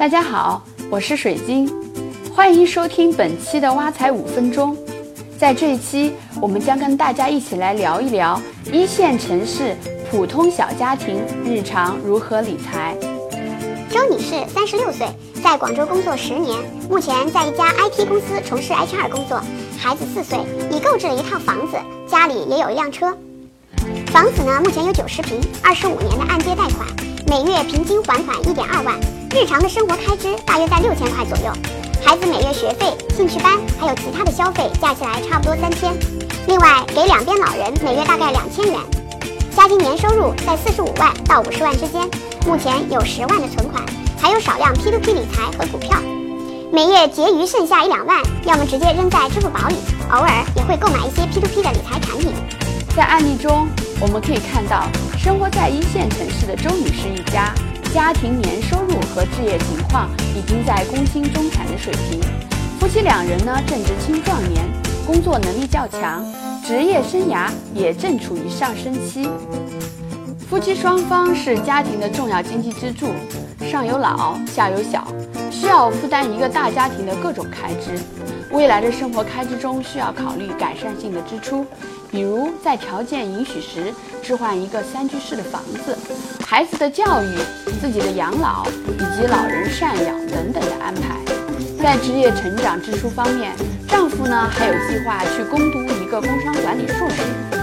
大家好，我是水晶，欢迎收听本期的挖财5分钟。在这一期，我们将跟大家一起来聊一聊一线城市普通小家庭日常如何理财。 周女士36岁，在广州工作10年，目前在一家 IT 公司从事 HR 工作。孩子4岁，已购置了一套房子，家里也有一辆车。房子呢，目前有90平，25年的按揭贷款，每月平均还款1.2万，日常的生活开支大约在6000块左右。孩子每月学费、兴趣班还有其他的消费加起来差不多3000，另外给2边老人每月大概2000元。家庭年收入在45万到50万之间，目前有10万的存款，还有少量 P2P 理财和股票。每月结余剩下1-2万，要么直接扔在支付宝里，偶尔也会购买一些 P2P 的理财产品。 在案例中，我们可以看到，生活在一线城市的周女士一家，家庭年收入和置业情况已经在工薪中产的水平。夫妻2人呢正值青壮年，工作能力较强，职业生涯也正处于上升期。夫妻双方是家庭的重要经济支柱，上有老下有小，需要负担一个大家庭的各种开支。未来的生活开支中需要考虑改善性的支出，比如在条件允许时置换一个3居室的房子，孩子的教育、自己的养老以及老人赡养等等的安排。在职业成长支出方面，丈夫呢还有计划去攻读一个工商管理硕士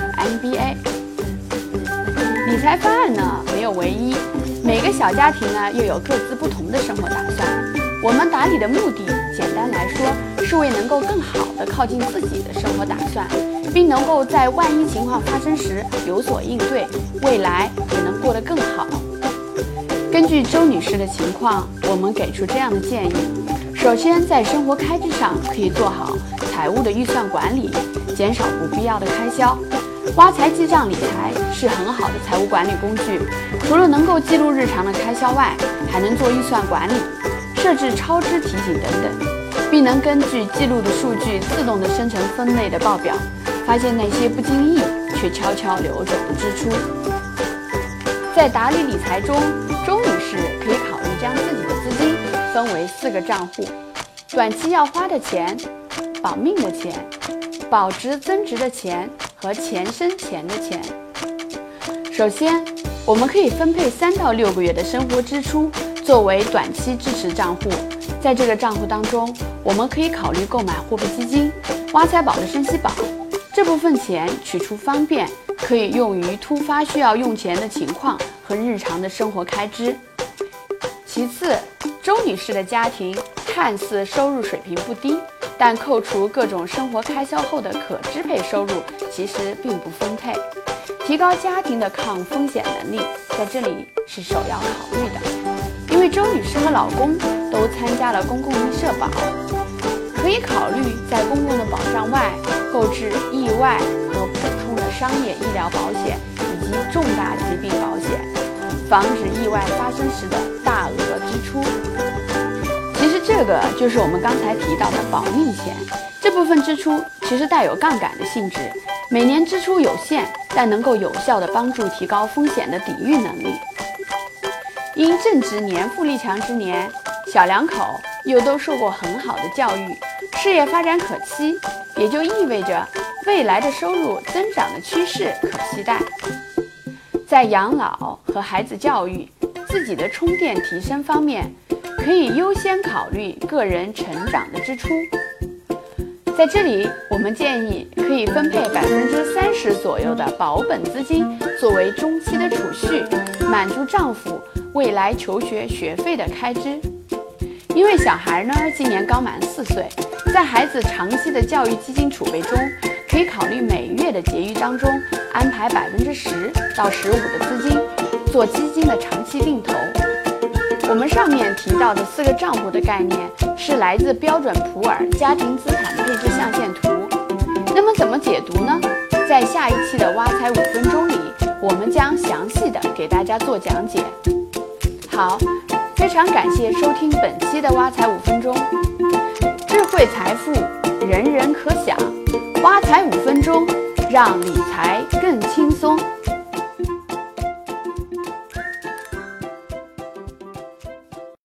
MBA。 理财方案呢没有唯一，每个小家庭呢又有各自不同的生活打算。我们打理的目的，简单来说，是为能够更好地靠近自己的生活打算，并能够在万一情况发生时有所应对，未来也能过得更好。根据周女士的情况，我们给出这样的建议：首先，在生活开支上可以做好财务的预算管理，减少不必要的开销。挖财记账理财是很好的财务管理工具，除了能够记录日常的开销外，还能做预算管理，设置超支提醒等等，并能根据记录的数据自动的生成分类的报表，发现那些不经意却悄悄流走的支出。在打理理财中，周女士可以考虑将自己的资金分为4个账户：短期要花的钱、保命的钱、保值增值的钱和钱生钱的钱。首先，我们可以分配3到6个月的生活支出作为短期支持账户。在这个账户当中，我们可以考虑购买货币基金、挖财宝的生息宝，这部分钱取出方便，可以用于突发需要用钱的情况和日常的生活开支。其次，周女士的家庭看似收入水平不低，但扣除各种生活开销后的可支配收入其实并不丰沛。提高家庭的抗风险能力，在这里是首要考虑的。因为周女士和老公都参加了公共医社保，可以考虑在公共的保障外购置意外和普通的商业医疗保险以及重大疾病保险，防止意外发生时的大额支出。其实这个就是我们刚才提到的保命险，这部分支出其实带有杠杆的性质，每年支出有限，但能够有效地帮助提高风险的抵御能力。因正值年富力强之年，小两口又都受过很好的教育，事业发展可期，也就意味着未来的收入增长的趋势可期待。在养老和孩子教育、自己的充电提升方面，可以优先考虑个人成长的支出。在这里，我们建议可以分配30%左右的保本资金作为中期的储蓄，满足丈夫未来求学学费的开支。因为小孩呢今年刚满4岁，在孩子长期的教育基金储备中，可以考虑每月的结余当中安排10%到15%的资金做基金的长期定投。我们上面提到的4个账户的概念是来自标准普尔家庭资产配置象限图。那么怎么解读呢？在下一期的挖财5分钟里，我们将详细的给大家做讲解。好，非常感谢收听本期的挖财5分钟。智慧财富人人可享，挖财5分钟，让理财更轻松。